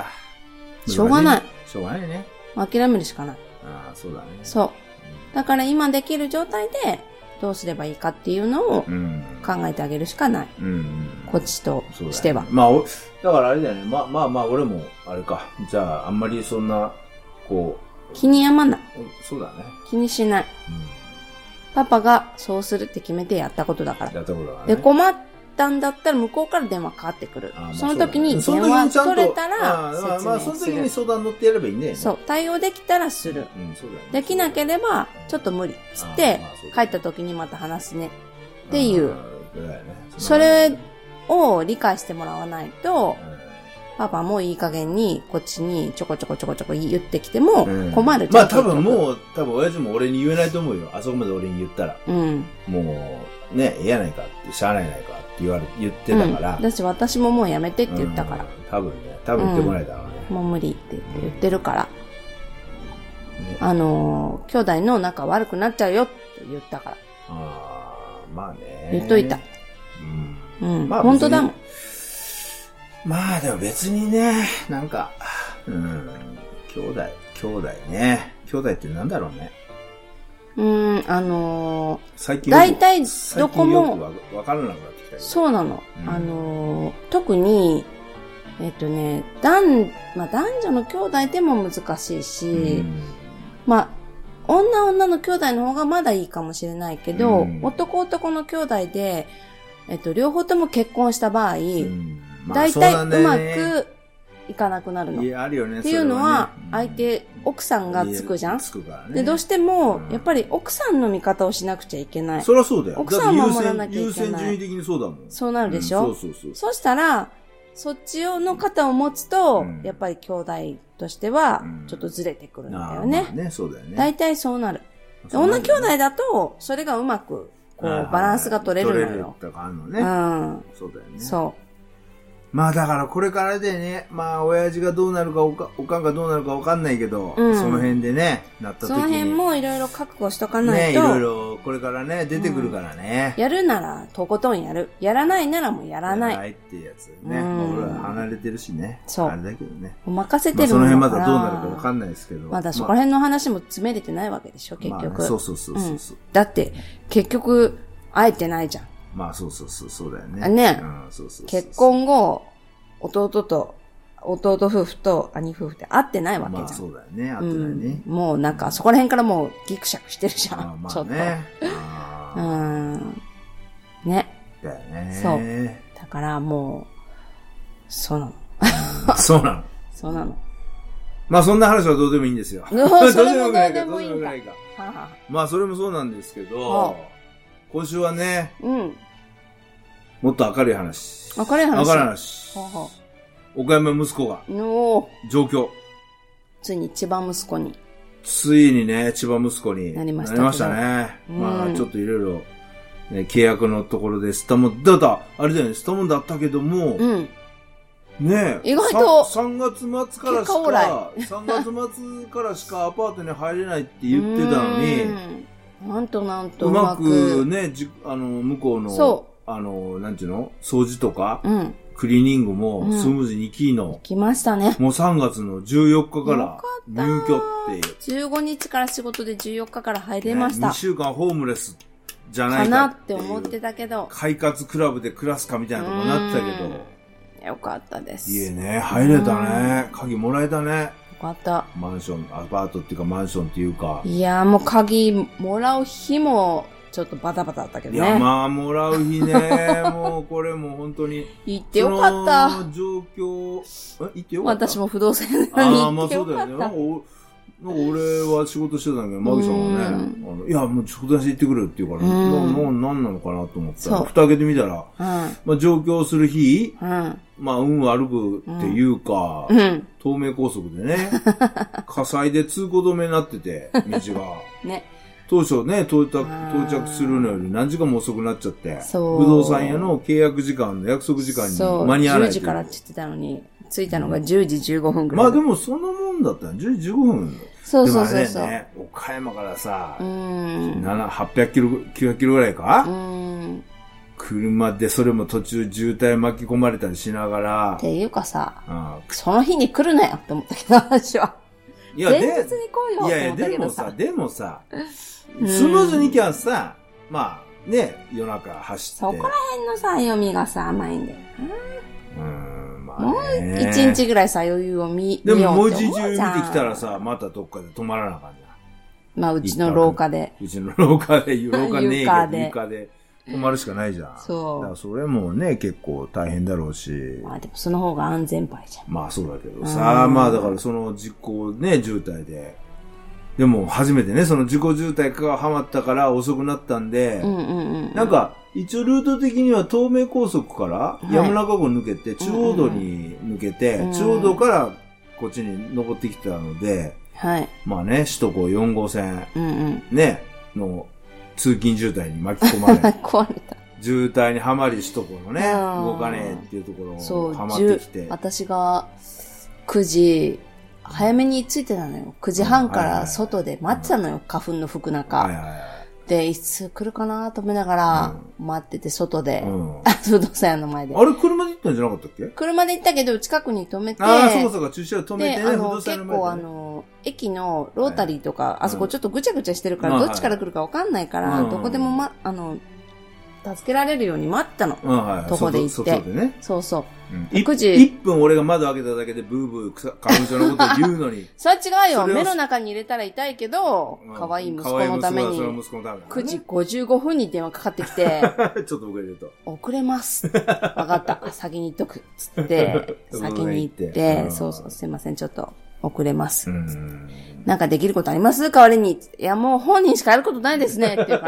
しょうがない。 しょうがないね。 諦めるしかない。 ああ、そうだね。 そう。だから今できる状態でどうすればいいかっていうのを考えてあげるしかない。うん、こっちとしては。 ね、まあ、だからあれだよね。まあまあまあ、俺も、あれか。じゃあ、あんまりそんな、こう。気に病まない。 そうだね。 気にしない。うん、パパがそうするって決めてやったことだから。 やったことだからね。 で、困ったんだったら向こうから電話かかってくる。その時に電話取れたら説明する。 まあ、その時に相談乗ってやればいいね。 そう。対応できたらする。うん、そうだね。できなければ、ちょっと無理。つって、帰った時にまた話すね。っていう。それを理解してもらわないと、パパもいい加減にこっちにちょこちょこちょこちょこ言ってきても困るじゃん。まあ多分もう、多分親父も俺に言えないと思うよ。あそこまで俺に言ったら。うん。もう、ね、ええやないかって、しゃあないないかって言われ、言ってたから。 うん、だし私ももうやめてって言ったから。うん、 多分ね、多分言ってこないだろうね。 うん、もう無理って言ってるから。ね、あのー、兄弟の仲悪くなっちゃうよって言ったから。ああ、まあね。 言っといた。うん。うん。まあ本当だもん。 まあでも別にね、なんか、うん、兄弟、兄弟ね。兄弟ってなんだろうね。 うーん、あのー、 最近大体どこも、 わからなくなってきたけど。 そうなの。うん、あのー、特に、えっとね、男、まあ男女の兄弟でも難しいし、うん、まあ、女女の兄弟の方がまだいいかもしれないけど、うん、男男の兄弟で、えっと、両方とも結婚した場合、うんだいたいうまくいかなくなるの。 いや、あるよね。 っていうのは、相手、奥さんがつくじゃん。つくからね。で、どうしても、やっぱり奥さんの味方をしなくちゃいけない。 そりゃそうだよ。 奥さんを守らなきゃいけない。優先順位的にそうだもん。 そうなるでしょ。そうそうそう。そしたら、そっちの肩を持つと、やっぱり兄弟としては、ちょっとずれてくるんだよね。 ね、そうだよね。 大体そうなる。女兄弟だと、それがうまく、こう、バランスが取れるのよ。 取れるとかあるのね。 うん。 そうだよね。 そう。 まあだからこれからでね、まあ親父がどうなるかおか、おかんがどうなるかわかんないけど、うん、その辺でね、なった時に。 その辺もいろいろ覚悟しとかないと。ね、いろいろこれからね、出てくるからね。 うん、やるならとことんやる。やらないならもうやらない。 やらないっていうやつね。うん、まあ俺は離れてるしね。 そう。 あれだけどね。 任せてるのだから。まあその辺まだどうなるかわかんないですけど。 まだそこら辺の話も詰めれてないわけでしょ、結局。 まあね、そうそうそうそうそう、うん。 だって、結局、会えてないじゃん。 まあそうそうそう、そうだよね。 ね。 うん、そうそうそうそう。 結婚後、弟と、弟夫婦と兄夫婦って会ってないわけじゃん。まあそうだよね、会ってないね。 うん、もうなんかそこら辺からもうギクシャクしてるじゃん。 あまあね、 ちょっと。うん。ね。 だよね。 そう。だからもう、そうなの。 そうなの。 そうなの。 まあそんな話はどうでもいいんですよ。 どうでもいいか。どうでもいいか。 まあそれもそうなんですけど、今週はね、うん。もっと明るい話。 明るい話。 明るい話。はは岡山息子が。上京。 ついに千葉息子に。 ついにね、千葉息子に。 なりました。 なりましたね。うん、まあちょっといろいろ、ね、契約のところでスタモン、だだ、あれだよね、スタモンだったけども、うん、ねえ。意外と。 さんがつ末からしか、さんがつ末からしかアパートに入れないって言ってたのに、 なんとなんとうまくね、じあの、向こうの、そう。あの、なんていうの掃除とか、うん、 クリーニングもスムーズに行きの。 行きましたね。 もうさんがつのじゅうよっかから入居っていう。 じゅうごにちから仕事でじゅうよっかから入れました。 ね、にしゅうかんホームレスじゃないかかなって思ってたけど。 快活クラブで暮らすかみたいなとこになってたけど。よかったです。 家ね、入れたね。鍵もらえたね。よかった。 マンション、アパートっていうかマンションっていうか。 いやーもう鍵もらう日も、ちょっとバタバタだったけどね。 いや、まあ、もらう日ね。もう、これも本当に。 行ってよかった。 その状況、え行ってよかった。 私も不動産屋に行ってよかった。ああ、まあそうだよね。 なんか俺は仕事してたんだけど、マギさんがね、あのいや、もう直談して行ってくれって言うから、もう何なのかなと思ったら、蓋開けてみたら、うん、まあ上京する日、うん、まあ運悪くっていうか、うん、東名高速でね、火災で通行止めになってて、道が。ね。当初ね、到着、到着するのより何時間も遅くなっちゃって、不動産屋の契約時間の約束時間に間に合わない。 じゅうじからって言ってたのに、着いたのがじゅうじじゅうごふんくらい。 まあでもそのもんだったの。じゅうじじゅうごふん。 そうそうそうそう。 でもあれね、岡山からさ、うん、はっぴゃくキロ、きゅうひゃくキロぐらいか、うん、車でそれも途中渋滞巻き込まれたりしながら。 っていうかさ、うん、その日に来るなよって思ったけど、私は。いや、前日に来いよって思ったけどさ。いやいや、 でもさ、でもさ、スムーズに行きゃさ、まあ、ね、夜中走って。 そこら辺のさ、読みがさ、甘いんだよ。 うん、まあ、 もう一日ぐらいさ、余裕を見、 でももう一日見てきたらさ、またどっかで止まらなあかんじゃん。 まあ、うちの廊下で。 うちの廊下で、廊下ねえけど、床で止まるしかないじゃん。そう。だからそれもね、結構大変だろうし。 まあでもその方が安全牌じゃん。 まあそうだけどさ、まあだからその実行ね、渋滞で。でも初めてね、その自己渋滞がはまったから遅くなったんで、うんうんうん、なんか一応ルート的には東名高速から山中湖抜けて中央道に抜けて、うんうん、中央道からこっちに登ってきたので、はい、まあね、首都高よん号線、うんうん、ね、の通勤渋滞に巻き込まれ、壊れた。渋滞にはまり首都高のね、動かねえっていうところをはまってきて。 私がくじ、早めに着いてたのよ。くじはんから外で待ってたのよ。花粉の吹く中。はいはいはい、で、いつ来るかなと思いながら待ってて、外で。うん、不動産屋の前で。 あれ車で行ったんじゃなかったっけ？ 車で行ったけど、近くに止めて。 ああ、そうそうか、駐車場止めてね、 あの、結構あの、駅のロータリーとか、はい、あそこちょっとぐちゃぐちゃしてるから、どっちから来るかわかんないから、どこでもま、あの、助けられるように待ったの。うんはいはい、とこで行って。外でね。そうそう。 うん、くじ。いっぷん俺が窓開けただけでブーブー花粉症のことを言うのに。 それは違うよ。目の中に入れたら痛いけど、可愛い息子のために、くじごじゅうごふんに電話かかってきて、 ちょっと遅れると。 遅れます。わかった。先に言っとく。つって、先に行って、そうそう、すいません、ちょっと遅れます。うんなんかできることあります代わりに。いや、もう本人しかやることないですね。って言うから。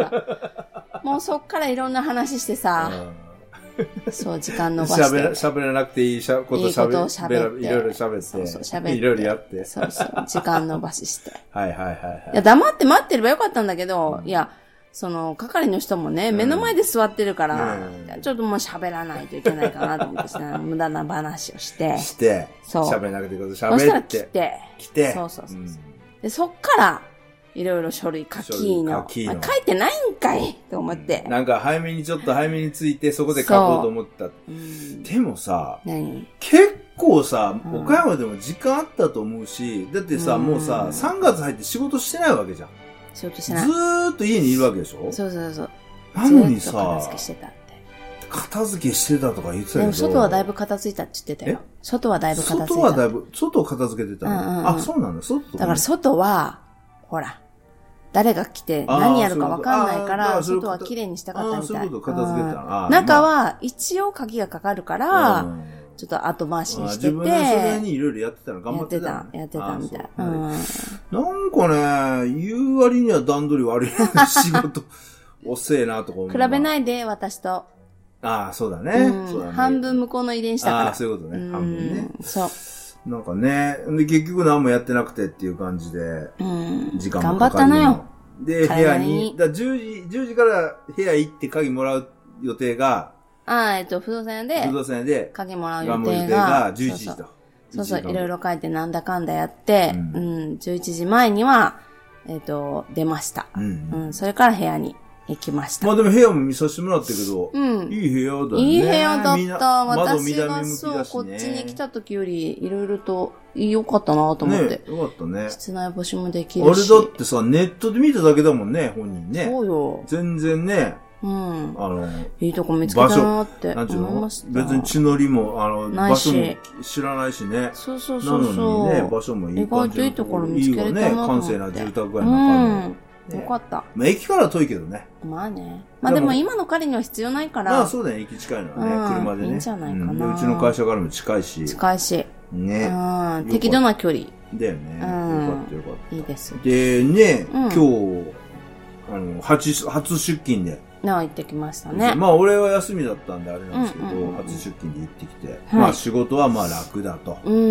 もうそっからいろんな話してさ、そう、時間伸ばして。 喋ら、喋らなくていいこと喋って。いいことを喋って。いろいろ喋って。 そうそう、喋って。 いろいろやって。 そうそう、時間伸ばしして。 はいはいはい、はい。 いや、黙って待ってればよかったんだけど、いや、その、係の人もね、目の前で座ってるから、うん、ちょっともう喋らないといけないかなと思ってさ、無駄な話をして。 して。そう。喋らなくていいこと喋って。そしたら来て。 来て。 そうそうそう。うん、で、そっから、いろいろ書類書きの。書きの。書いてないんかいと思って、 うん。なんか早めにちょっと早めについてそこで書こうと思った。うん、でもさ、何結構さ、うん、岡山でも時間あったと思うし、だってさ、うん、もうさ、さんがつ入って仕事してないわけじゃん。 仕事してない。 ずーっと家にいるわけでしょ？ そうそうそう。 なのにさ、 片付けしてたって。 片付けしてたとか言ってたけど。でも外はだいぶ片付いたって言ってたよ。外はだいぶ片付いた。 外はだいぶ、外を片付けてたの、うんうんうん、あ、そうなんだ。外だから外は、ほら、誰が来て何やるか分かんないから、外は綺麗にしたかったみたい。 そういうこと片付けた、 うん、中は一応鍵がかかるから、うん、ちょっと後回しにしてて。 自分でそれにいろいろやってたの頑張ってた、 ね。やってた、やってたみたい。うん、 なんかね、言う割には段取り悪い仕事、遅えなとか思う。 比べないで、私と。 ああ、そうだね。うん、そうだね。 半分向こうの遺伝子だから。ああ、そういうことね。半分ね。 そう。 なんかね、で、結局何もやってなくてっていう感じで、うん、時間もかかるの。 頑張ったのよ。 で、部屋に、だじゅうじ、じゅうじから部屋行って鍵もらう予定が、 ああ、えっと、不動産屋で、 不動産屋で、 鍵もらう予定が、 じゅういちじと。 そうそう、いろいろ書いてなんだかんだやって、うん、うん、じゅういちじまえには、えっと、出ました。うん、うん。それから部屋に行きました。 まあでも部屋も見させてもらったけど、 うん。 いい部屋だね。 いい部屋だった。 私がそう、こっちに来た時より、いろいろと良かったなと思って。 ね、よかったね。 室内干しもできるし。 あれだってさ、ネットで見ただけだもんね、本人ね。 そうよ。 全然ね。 うん。 あの、 いいとこ見つけたなって思いました。 別に血のりも、あの、場所も知らないしね。 そうそうそうそう。 なのにね、場所もいい感じ。 意外といいところ見つけれたなと思って。いいよね、 閑静な住宅街の中に。うん。よかった。 まあ、駅から遠いけどね。 まあね。まあでも今の彼には必要ないから。 まあそうだね、駅近いのはね、車でね。 いいんじゃないかな。 うちの会社からも近いし。 近いし。 ね。 うん。適度な距離。 だよね。よかったよかった。 いいです。 で、ね、今日、あの、初、初出勤で。 なあ、行ってきましたね。 まあ、俺は休みだったんであれなんですけど、初出勤で行ってきて、まあ仕事はまあ楽だと。うん。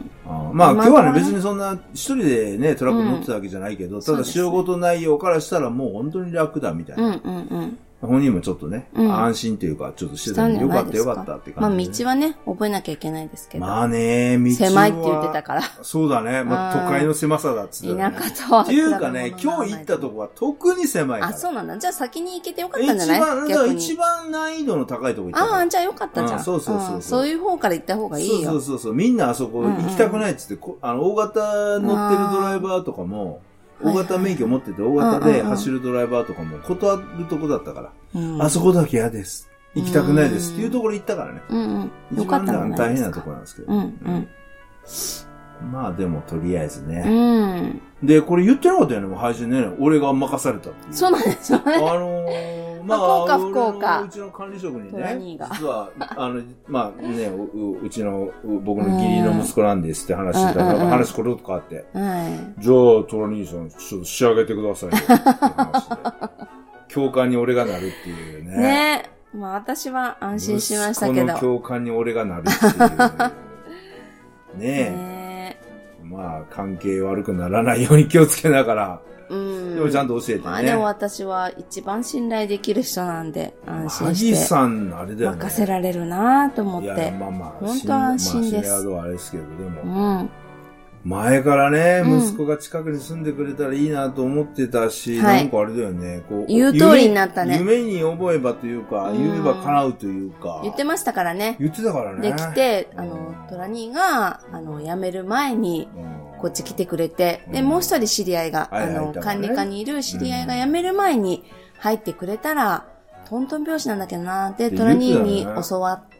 まあ今日はね、別にそんな一人でね、トラック乗ってたわけじゃないけど、ただ仕事内容からしたらもう本当に楽だみたいな。うんうんうん。本人もちょっとね、安心というか、ちょっとしてたんでよかったよかったって感じ。 まあ道はね、覚えなきゃいけないですけど。 まあね、道は。 狭いって言ってたから。 そうだね。まあ都会の狭さだっつって。 田舎とは。 っていうかね、今日行ったとこは特に狭いから。 あ、そうなんだ。じゃあ先に行けてよかったんじゃない？ 一番、一番難易度の高いとこ行った。 ああ、じゃあよかったじゃん。 そうそうそう。 そういう方から行った方がいいよ。 そうそうそう。みんなあそこ行きたくないっつって、あの、大型乗ってるドライバーとかも、大型免許持ってて大型で走るドライバーとかも断るとこだったから、うん、あそこだけ嫌です。行きたくないですっていうところ行ったからね。うんうん、一番大変なところなんですけど。うんうん、まあでもとりあえずね。うん、で、これ言ってなかったよね、もう配信ね。俺が任されたっていう。 そうなんですよね。あのー、まあ、 福岡、福岡。 うちの管理職にね、実は、あの、まあねう、うちの、僕の義理の息子なんですって話してたら、話これとかあって、はい、じゃあ、トラ兄さん、ちょっと仕上げてくださいよって話で。教官に俺がなるっていうね。 ねえ。まあ私は安心しましたけど。 この教官に俺がなるっていう。ねえ。ねまあ、関係悪くならないように気をつけながら、うん。でもちゃんと教えてね。 まあでも私は一番信頼できる人なんで、安心して。 萩さん、あれだよね。 任せられるなと思って。いや、まあまあ。 本当安心です。 まあ、信頼はあれですけど、でも。うん。前からね、息子が近くに住んでくれたらいいなと思ってたし、なんかあれだよね。こう言う通りになったね。 夢に覚えばというか、言えば叶うというか。 言ってましたからね。 言ってたからね。 できて、あの、トラ兄が、あの、辞める前に、こっち来てくれて、で、もう一人知り合いが、あの、管理課にいる知り合いが辞める前に入ってくれたら、トントン拍子なんだけどな、で、トラ兄に教わって、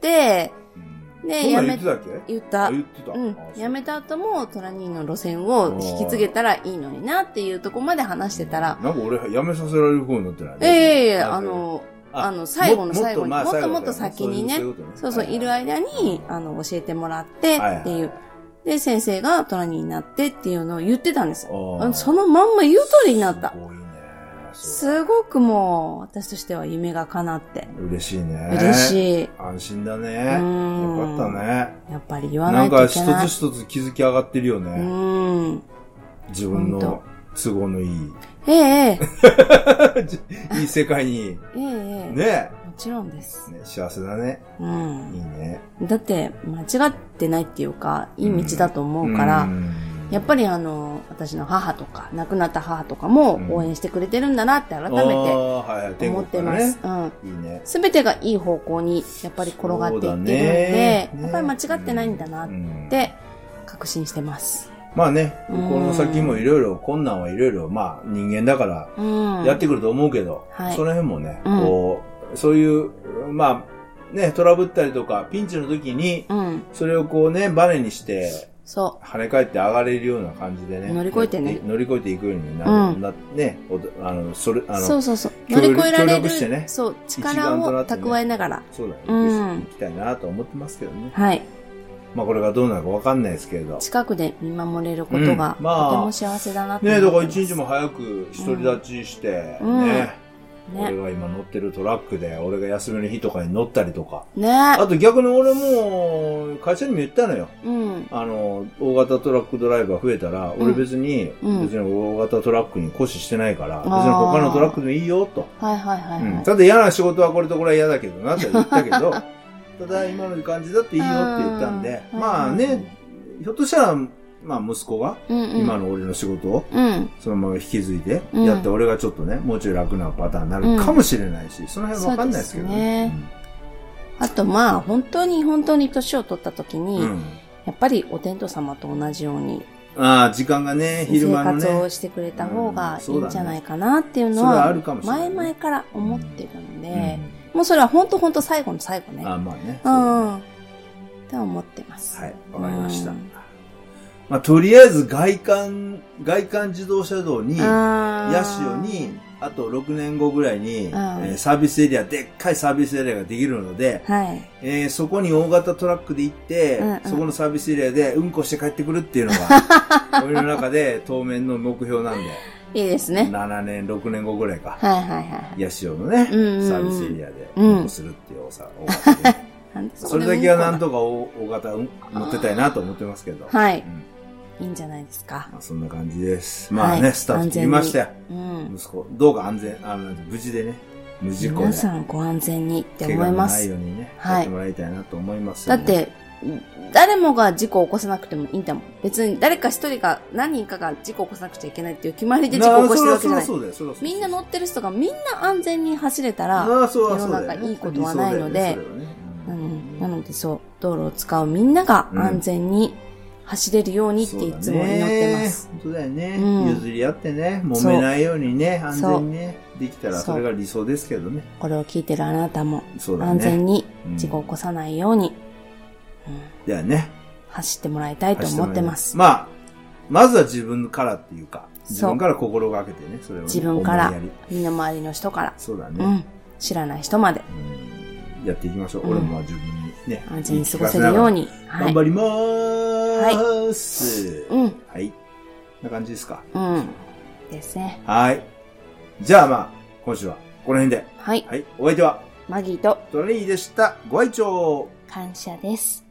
で、 やめ、 言った。 言ってた。 うん。辞めた後もトラ兄の路線を引き継げたらいいのになっていうとこまで話してたら。 なんか俺、辞めさせられる方になってないええええ、あの、あの、最後の最後に、もっともっと先にね、そうそう、いる間に、あの、教えてもらってっていう。で、先生がトラ兄になってっていうのを言ってたんですよ。そのまんま言う通りになった。すごくもう、私としては夢が叶って。 嬉しいね。 嬉しい。 安心だね。よかったね。 やっぱり言わないといけない。 なんか一つ一つ築き上がってるよね。うん。自分の都合のいい。 ええ。 いい世界に。 ええ。 ね。 もちろんです。 ね、幸せだね。うん。いいね。 だって、間違ってないっていうか、いい道だと思うから、うんやっぱりあの、私の母とか、亡くなった母とかも応援してくれてるんだなって改めて思ってます。うん。すべてがいい方向にやっぱり転がっていってるので、やっぱり間違ってないんだなって確信してます。 まあね、この先もいろいろ困難はいろいろ、まあ人間だからやってくると思うけど、その辺もね、こう、そういう、まあね、トラブったりとか、ピンチの時に、それをこうね、バネにして、そう。跳ね返って上がれるような感じでね。 乗り越えてね。 乗り越えていくようになる。うん、なね。あの、それ、あの、 そうそうそう。乗り越えられる。してね。そう。力を蓄えながら。 そうだね。うん。行きたいなと思ってますけどね。 はい。 まあこれがどうなるかわかんないですけれど。 近くで見守れることが、うん、まあ、とても幸せだなと思ね。だから一日も早く独り立ちして、うん、ね。ね、俺が今乗ってるトラックで、俺が休みの日とかに乗ったりとか。ね。あと逆に俺も、会社にも言ったのよ。うん。あの、大型トラックドライバー増えたら、うん、俺別に、うん、別に大型トラックに固視してないから、別に他のトラックでもいいよ、と。 はいはいはい、はいうん。 ただ嫌な仕事はこれとこれは嫌だけどな、って言ったけど、ただ今の感じだっていいよって言ったんで、まあね、ひょっとしたら、 まあ息子が、今の俺の仕事を、そのまま引き継いで、 うん、 やって、俺がちょっとね、もうちょい楽なパターンになるかもしれないし、うん、その辺わかんないですけどね。 あとまあ、本当に本当に年を取った時に、うん、やっぱりお天道様と同じように、 ああ、時間がね、昼間のね。 生活をしてくれた方がいいんじゃないかなっていうのは、前々から思ってるので、もうそれは本当本当最後の最後ね。 ああ、まあね。 うん。って思ってます。 はい、わかりました。まあ、とりあえず外環、外環自動車道に、ヤシオに、あとろくねんごぐらいに、えー、サービスエリア、でっかいサービスエリアができるので、 はい、 えー、そこに大型トラックで行って、うんうん、そこのサービスエリアでうんこして帰ってくるっていうのが、俺の中で当面の目標なんで。 いいですね。 ななねん、ろくねんごぐらいか。 はいはいはい。 ヤシオのね、うんうん、サービスエリアでうんこするっていう大型で、うん。それだけはなんとか大型乗ってたいなと思ってますけど。 はい。うんいいんじゃないですか。 まあ、そんな感じです。まあね、はい、スタッフ切りましたよ。うん、息子、どうか安全、あの、無事でね、無事故で。 皆さんご安全にって思います。 怪我のないようにね、はい、やってもらいたいなと思います、 ね。だって、誰もが事故を起こさなくてもいいんだもん。別に誰か一人が、何人かが事故を起こさなくちゃいけないっていう決まりで事故を起こしてるわけじゃない。みんな乗ってる人がみんな安全に走れたら、世の中いいことはないので、なのでそう、道路を使うみんなが安全に、うん走れるようにっていつも祈ってます。 本当だよね。うん、譲り合ってね、揉めないようにね、安全にね、できたらそれが理想ですけどね。 これを聞いてるあなたも、安全に事故を起こさないように、 うんうん、だよね。 走ってもらいたいと思ってます。 まあ、まずは自分からっていうか、自分から心がけてね、それを、ね、 自分から、みんな周りの人から、 そうだね。 うん、知らない人まで、 うん、やっていきましょう。うん、俺も自分にね、 安全に過ごせるように。 頑張りまーす。 はい。うん。 はい。こんな感じですか。 うん。ですね。 はい。じゃあまあ、今週はこの辺で。 はい。 はい。お相手は、 マギーとトラニーでした。ご愛聴。 感謝です。